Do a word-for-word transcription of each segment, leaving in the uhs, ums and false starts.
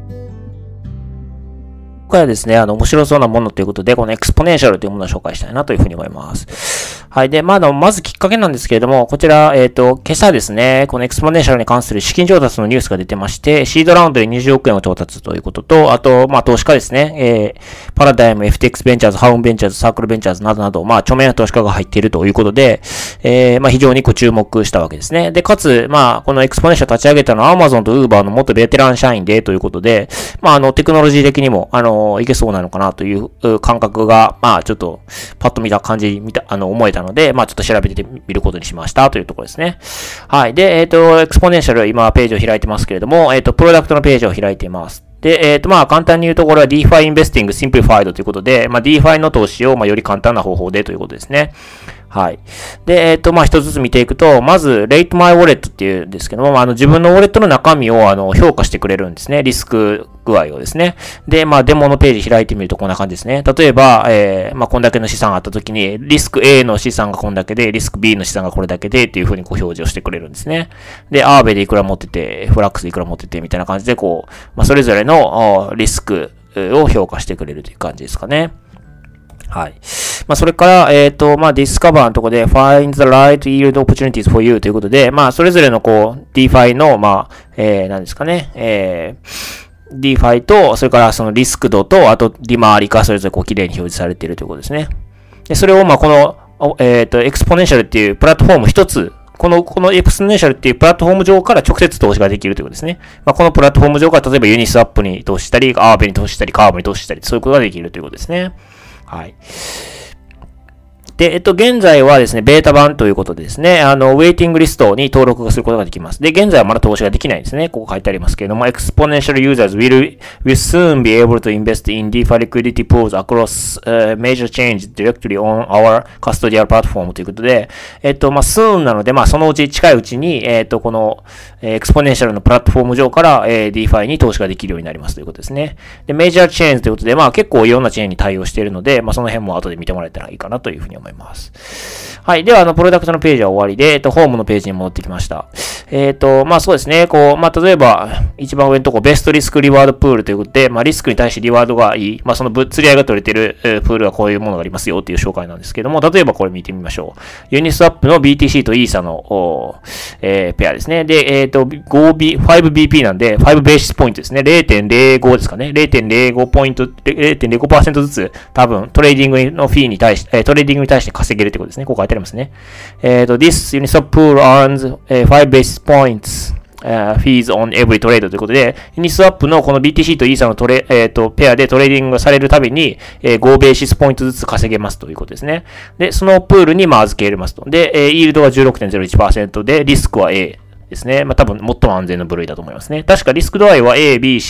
これはですね、あの、面白そうなものということで、このエクスポネンシャルというものを紹介したいなというふうに思います。はい。で、まあ、まずきっかけなんですけれども、こちら、えっと、今朝ですね、このエクスポネンシャルに関する資金調達のニュースが出てまして、シードラウンドでにじゅうおくえんを調達ということと、あと、まあ、投資家ですね、えー、パラダイム、エフティーエックス ベンチャーズ、ハウンベンチャーズ、サークルベンチャーズなどなど、まあ、著名な投資家が入っているということで、えー、まあ、非常にこう注目したわけですね。で、かつ、まあ、このエクスポネンシャル立ち上げたのは Amazon と Uber の元ベテラン社員でということで、まあ、あの、テクノロジー的にも、あの、いけそうなのかなという感覚が、まあ、ちょっと、パッと見た感じ、見た、あの、思えたので、まあ、ちょっと調べてみることにしましたというところですね。はい。で、えっと、エクスポネンシャル、今、ページを開いてますけれども、えっと、プロダクトのページを開いています。で、えっと、まあ、簡単に言うところは DeFi Investing Simplified ということで、まあ、DeFi の投資を、まあ、より簡単な方法でということですね。はい。で、えっと、まあ、一つずつ見ていくと、まず、Rate My Wallet っていうんですけども、あの、自分のウォレットの中身を、あの、評価してくれるんですね。リスク具合をですね。で、まあ、デモのページ開いてみるとこんな感じですね。例えば、えー、まあ、こんだけの資産があったときに、リスク A の資産がこんだけで、リスク B の資産がこれだけで、っていう風にこう表示をしてくれるんですね。で、アーベでいくら持ってて、フラックスでいくら持ってて、みたいな感じで、こう、まあ、それぞれのリスクを評価してくれるという感じですかね。はい。まあ、それから、えっと、まあ、Discover のところで Find the right yield opportunities for you ということで、まあ、それぞれのこう、DeFi の、まあ、えー、何ですかね、えー、DeFi と、それからそのリスク度と、あと、利回りがそれぞれこう、綺麗に表示されているということですね。で、それを、まあ、この、えっと、エクスポネンシャルっていうプラットフォーム一つ、この、このエクスポネンシャルっていうプラットフォーム上から直接投資ができるということですね。まあ、このプラットフォーム上から、例えばユニスワップに投資したり、アーベに投資したり、カーブに投資したり、そういうことができるということですね。はい。で、えっと、現在はですね、ベータ版ということでですね、あの、ウェイティングリストに登録することができます。で、現在はまだ投資ができないんですね。ここ書いてありますけれども、Exponential users will, will soon be able to invest in DeFi liquidity pools across、uh, major changes directly on our custodial platform ということで、えっと、まあ、soon なので、まあ、そのうち、近いうちに、えっと、この、えー、Exponential のプラットフォーム上から、えー、DeFi に投資ができるようになりますということですね。で、major change ということで、まあ、結構いろんなチェーンに対応しているので、まあ、その辺も後で見てもらえたらいいかなというふうに思います。はい。では、あの、プロダクトのページは終わりで、えっと、ホームのページに戻ってきました。えっと、まあ、そうですね。こう、まあ、例えば、一番上のところ、ベストリスクリワードプールということで、まあ、リスクに対してリワードがいい、まあ、そのぶっつり合いが取れている、えー、プールはこういうものがありますよっていう紹介なんですけども、例えばこれ見てみましょう。ユニスワップの ビーティーシー とイーサの、えー、ペアですね。で、えっと、ごビー、ファイブビーピー なんで、ごベーシスポイントですね。れいてんれいご ですかね。れいてんれいご ポイント、れいてんれいごパーセント ずつ、多分、トレーディングのフィーに対して、トレーディングに対して稼げるってことですね。ここ書いてありますね。えっと、this Uniswap pool earns、uh, five basis points、uh, fees on every trade ということで、Uniswap のこの ビーティーシー とイーサのトレ、えっと、ペアでトレーディングがされるたびに、えー、ごベーシスポイントずつ稼げますということですね。で、そのプールにまあ預け入れますと。で、えー、イールドは じゅうろくてんぜろいちパーセント で、リスクは A ですね。まあ、多分最も安全な部類だと思いますね。確かリスク度合いは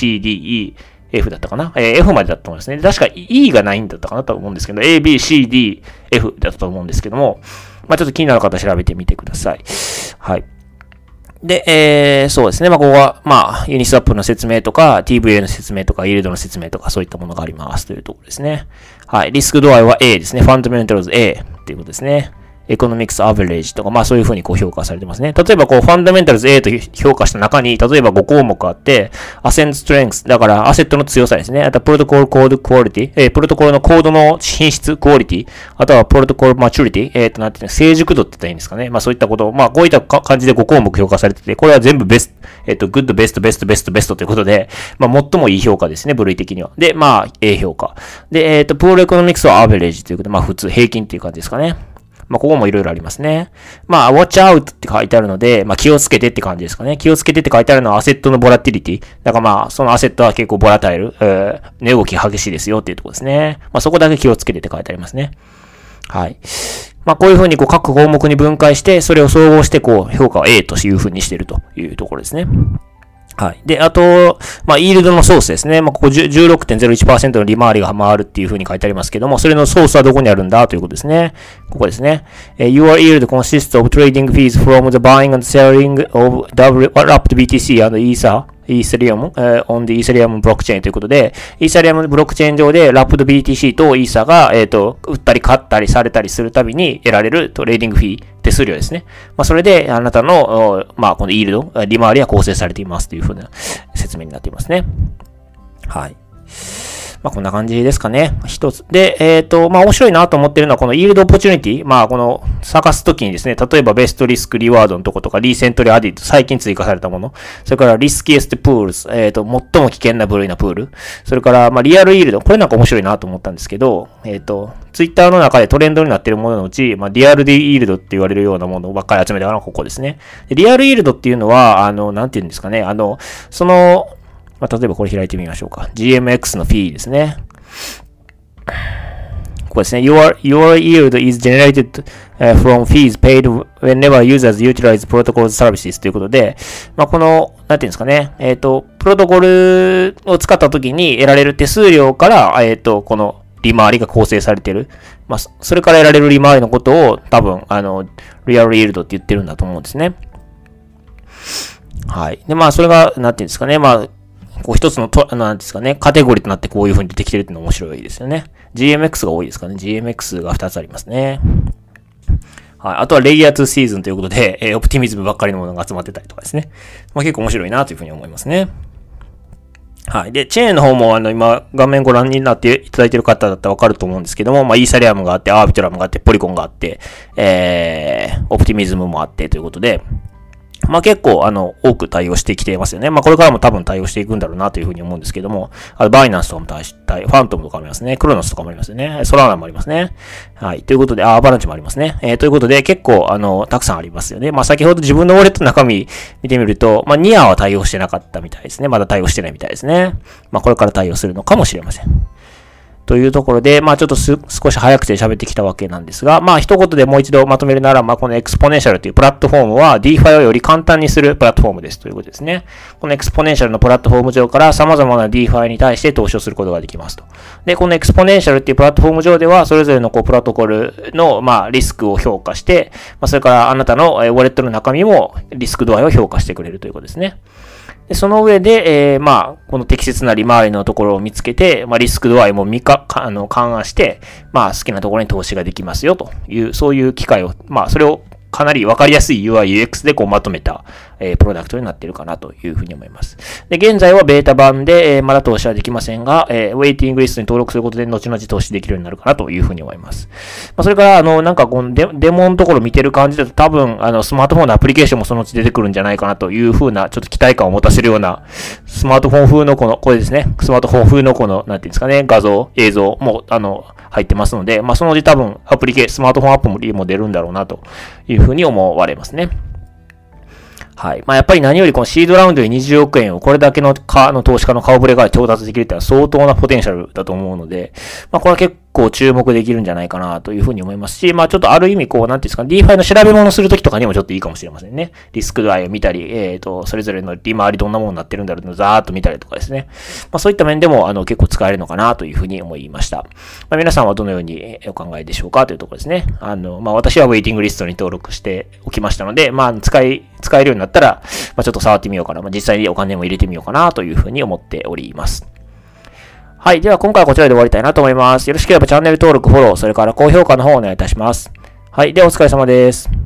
A、B、C、D、E、F だったかな、えー、F までだったと思いますね。確か E がないんだったかなと思うんですけど、A、B、C、D、F だったと思うんですけども、まあ、ちょっと気になる方は調べてみてください。はい。で、えー、そうですね。まあ、ここは、まあ、ユニスワップの説明とか、ティーブイエー の説明とか、イールドの説明とか、そういったものがありますというところですね。はい。リスク度合いは A ですね。ファンダメンタルズ A っていうことですね。エコノミクスアベレージとか、まあそういう風にこう評価されてますね。例えばこう、ファンダメンタルズ A と評価した中に、例えばご項目あって、アセントストレングス、だからアセットの強さですね。あとはプロトコルコードクオリティ、えー、プロトコルのコードの品質、クオリティ、あとはプロトコルマチュリティ、えっ、ー、と、なんていうの、成熟度って言ったらいいんですかね。まあそういったこと、まあこういった感じでご項目評価されてて、これは全部ベスト、えっ、ー、と、グッド、ベスト、ベスト、ベスト、ベストということで、まあ最もいい評価ですね、部類的には。で、まあ A 評価。で、えっ、ー、と、プロエコノミクスはアベレージということで、まあ普通、平均っていう感じですかね。まあ、ここもいろいろありますね。まあ、watch out って書いてあるので、まあ、気をつけてって感じですかね。気をつけてって書いてあるのはアセットのボラティリティ。だからまあ、そのアセットは結構ボラタイル、えー、値動き激しいですよっていうところですね。まあ、そこだけ気をつけてって書いてありますね。はい。まあ、こういう風にこう各項目に分解して、それを総合してこう、評価を A という風にしているというところですね。はい。で、あと、まあ、イールドのソースですね。まあ、ここ じゅうろくてんぜろいちパーセント の利回りが回るっていう風に書いてありますけども、それのソースはどこにあるんだということですね。ここですね。Your yield consists of trading fees from the buying and selling of wrapped ビーティーシー and Ether。イーサリアム、えー、on the Ethereum ブロックチェーンということで、イーサリアムブロックチェーン上でラップド ビーティーシー とイーサが、えっと、売ったり買ったりされたりするたびに得られるトレーディングフィー、手数料ですね。まあ、それで、あなたの、まあ、このイールド、利回りは構成されていますというふうな説明になっていますね。 はい。まあこんな感じですかね。一つ。で、えっと、まあ面白いなと思ってるのはこのイールドオポチュニティ。まあこの探すときにですね、例えばベストリスクリワードのとことか、リーセントリーアディット、最近追加されたもの。それからリスキエストプールズ。えっと、最も危険な部類なプール。それから、まあリアルイールド。これなんか面白いなと思ったんですけど、えっと、ツイッターの中でトレンドになっているもののうち、まあリアルイールドって言われるようなものばっかり集めたのがここですね。でリアルイールドっていうのは、あの、なんて言うんですかね。あの、その、まあ例えばこれ開いてみましょうか。ジーエムエックス のフィーですね。ここですね。Your, your yield is generated、uh, from fees paid whenever users utilize protocol services ということで、まあ、この、なんていうんですかね。えっと、プロトコルを使った時に得られる手数料から、えっと、この利回りが構成されている。まあ、それから得られる利回りのことを多分、あの、リアルイールドって言ってるんだと思うんですね。はい。で、まあ、それが、なんていうんですかね。まあ、こう一つのと、なんですかね、カテゴリーとなってこういう風に出てきてるっていうのが面白いですよね。ジーエムエックス が多いですかね。ジーエムエックス がふたつありますね。はい。あとはレイヤーツーシーズンということで、えー、オプティミズムばっかりのものが集まってたりとかですね。まあ結構面白いなという風に思いますね。はい。で、チェーンの方もあの今画面ご覧になっていただいている方だったらわかると思うんですけども、まあイーサリアムがあって、アービトラムがあって、ポリコンがあって、えー、オプティミズムもあってということで、まあ結構、あの、多く対応してきていますよね。まあこれからも多分対応していくんだろうなというふうに思うんですけども、あのバイナンスとかも対し、ファントムとかもありますね。クロノスとかもありますよね。ソラーナもありますね。はい。ということで、あ、アバランチもありますね。えー、ということで、結構、あの、たくさんありますよね。まあ先ほど自分のウォレットの中身見てみると、まあニアは対応してなかったみたいですね。まだ対応してないみたいですね。まあこれから対応するのかもしれません。というところで、まあちょっとす少し早くて喋ってきたわけなんですが、まあ一言でもう一度まとめるなら、まあこのエクスポネンシャルというプラットフォームは DeFi をより簡単にするプラットフォームですということですね。このエクスポネンシャルのプラットフォーム上から様々な DeFi に対して投資をすることができますと。で、このエクスポネンシャルっていうプラットフォーム上では、それぞれのこうプロトコルのまあリスクを評価して、まあそれからあなたのウォレットの中身もリスク度合いを評価してくれるということですね。でその上で、えー、まあ、この適切な利回りのところを見つけて、まあ、リスク度合いも見か、あの、勘案して、まあ、好きなところに投資ができますよという、そういう機会を、まあ、それをかなりわかりやすい ユーアイ、ユーエックス でこうまとめた、えー、プロダクトになっているかなというふうに思います。で、現在はベータ版で、えー、まだ投資はできませんが、えー、ウェイティングリストに登録することで後々投資できるようになるかなというふうに思います。まあ、それから、あの、なんかこのデ、デモのところ見てる感じだと多分、あの、スマートフォンのアプリケーションもそのうち出てくるんじゃないかなというふうな、ちょっと期待感を持たせるような、スマートフォン風のこの、これですね、スマートフォン風のこの、なんていうんですかね、画像、映像も、あの、入ってますので、まあ、そのうち多分、アプリケーション、スマートフォンアプリも出るんだろうなというふうに思われますね。はい。まあ、やっぱり何よりこのシードラウンドでにじゅうおくえんをこれだけのか、の投資家の顔ぶれが調達できるってのは相当なポテンシャルだと思うので、まあ、これは結構注目できるんじゃないかなというふうに思いますし、まあ、ちょっとある意味こう、なんていうんですか、DeFi の調べ物するときとかにもちょっといいかもしれませんね。リスク度合いを見たり、えっと、それぞれの利回りどんなものになってるんだろうのざーっと見たりとかですね。まあ、そういった面でも、あの、結構使えるのかなというふうに思いました。まあ、皆さんはどのようにお考えでしょうかというところですね。あの、まあ、私はウェイティングリストに登録しておきましたので、まあ、使い、使えるようになったら、まあ、ちょっと触ってみようかな。まあ、実際にお金も入れてみようかなというふうに思っております。はい。では今回はこちらで終わりたいなと思います。よろしければチャンネル登録、フォロー、それから高評価の方をお願いいたします。はい。ではお疲れ様です。